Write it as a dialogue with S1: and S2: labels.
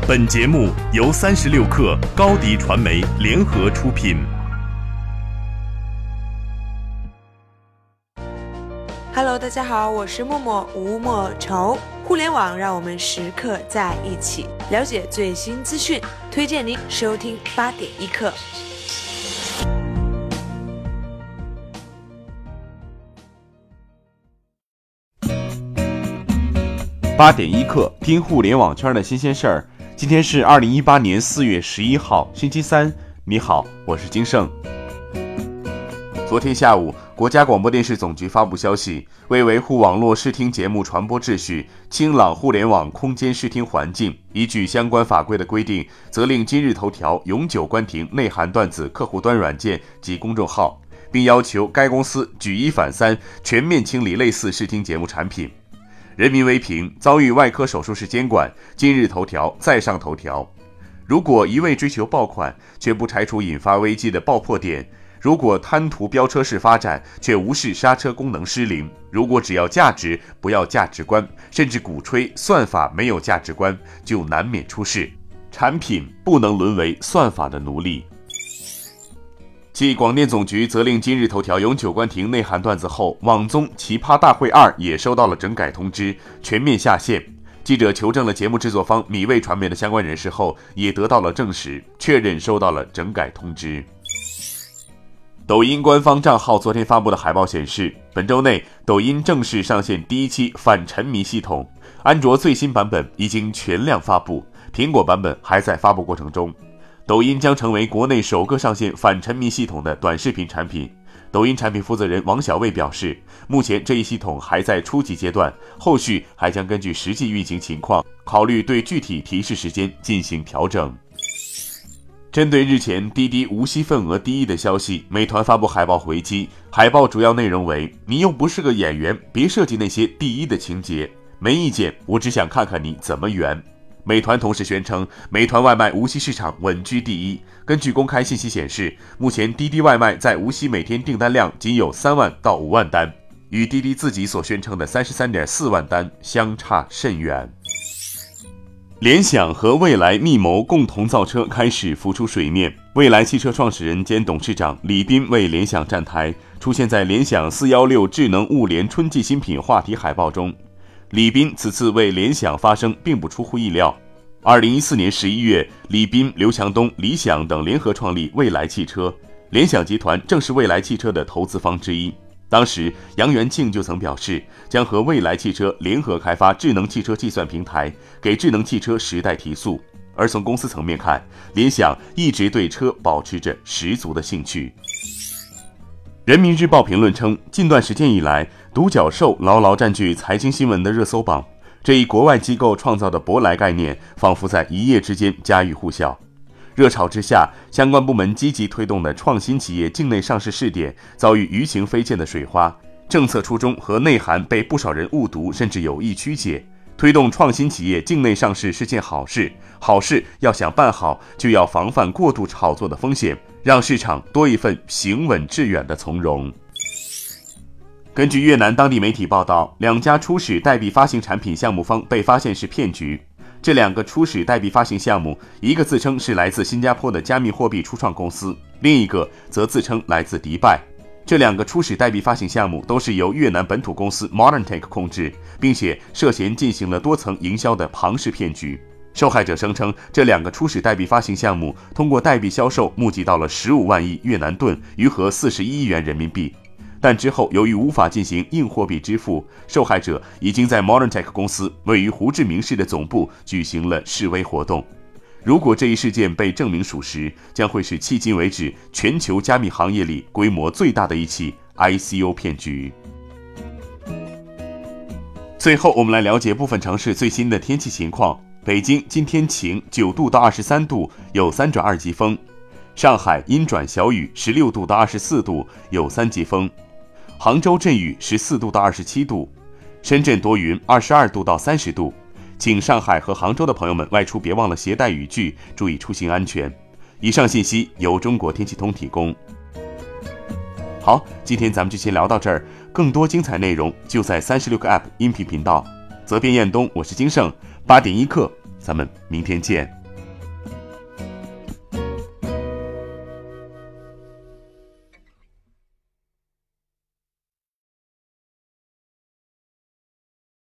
S1: 本节目由36氪高迪传媒联合出品。
S2: Hello， 大家好，我是默默吴莫愁。互联网让我们时刻在一起，了解最新资讯，推荐您收听8点一刻。
S3: 8点一刻，听互联网圈的新鲜事儿。今天是2018年4月11号，星期三。你好，我是金盛。昨天下午，国家广播电视总局发布消息，为维护网络视听节目传播秩序，清朗互联网空间视听环境，依据相关法规的规定，责令今日头条永久关停内涵段子客户端软件及公众号，并要求该公司举一反三，全面清理类似视听节目产品。人民微评遭遇外科手术室监管，今日头条再上头条。如果一味追求爆款，却不拆除引发危机的爆破点；如果贪图飙车式发展，却无视刹车功能失灵；如果只要价值不要价值观，甚至鼓吹算法没有价值观，就难免出事。产品不能沦为算法的奴隶。继广电总局责令今日头条永久关停内涵段子后，网综《奇葩大会2》也收到了整改通知，全面下线。记者求证了节目制作方米味传媒的相关人士后，也得到了证实，确认收到了整改通知。抖音官方账号昨天发布的海报显示，本周内抖音正式上线第一期反沉迷系统，安卓最新版本已经全量发布，苹果版本还在发布过程中。抖音将成为国内首个上线反沉迷系统的短视频产品。抖音产品负责人王小卫表示，目前这一系统还在初级阶段，后续还将根据实际运行情况，考虑对具体提示时间进行调整。针对日前滴滴无息份额第一的消息，美团发布海报回击，海报主要内容为：你又不是个演员，别设计那些第一的情节，没意见，我只想看看你怎么圆。美团同时宣称，美团外卖无息市场稳居第一。根据公开信息显示，目前滴滴外卖在无息每天订单量仅有3万到5万单，与滴滴自己所宣称的33.4万单相差甚远。联想和蔚来密谋共同造车开始浮出水面，蔚来汽车创始人兼董事长李斌为联想站台，出现在联想416智能物联春季新品话题海报中。李斌此次为联想发声并不出乎意料。2014年11月，李斌、刘强东、理想等联合创立蔚来汽车，联想集团正是蔚来汽车的投资方之一。当时杨元庆就曾表示，将和蔚来汽车联合开发智能汽车计算平台，给智能汽车时代提速。而从公司层面看，联想一直对车保持着十足的兴趣。人民日报评论称，近段时间以来，独角兽牢牢占据财经新闻的热搜榜，这一国外机构创造的舶来概念仿佛在一夜之间家喻户晓。热潮之下，相关部门积极推动的创新企业境内上市试点遭遇舆情飞溅的水花，政策初衷和内涵被不少人误读，甚至有意曲解。推动创新企业境内上市是件好事，好事要想办好，就要防范过度炒作的风险，让市场多一份行稳致远的从容。根据越南当地媒体报道，2家初始代币发行产品项目方被发现是骗局。这2个初始代币发行项目，一个自称是来自新加坡的加密货币初创公司，另一个则自称来自迪拜。这2个初始代币发行项目都是由越南本土公司 ModernTech 控制，并且涉嫌进行了多层营销的庞氏骗局。受害者声称，这2个初始代币发行项目通过代币销售募集到了15万亿越南盾，约合41亿元人民币。但之后由于无法进行硬货币支付，受害者已经在 ModernTech 公司位于胡志明市的总部举行了示威活动。如果这一事件被证明属实，将会是迄今为止全球加密行业里规模最大的一起 ICO 骗局。最后，我们来了解部分城市最新的天气情况。北京今天晴，9度到23度，有3转2级风；上海阴转小雨，16度到24度，有3级风；杭州阵雨，14度到27度；深圳多云，22度到30度。请上海和杭州的朋友们外出别忘了携带雨具，注意出行安全。以上信息由中国天气通提供。好，今天咱们就先聊到这儿，更多精彩内容就在36个 App 音频频道。责编彦东，我是金盛，8点一刻， 咱们明天见。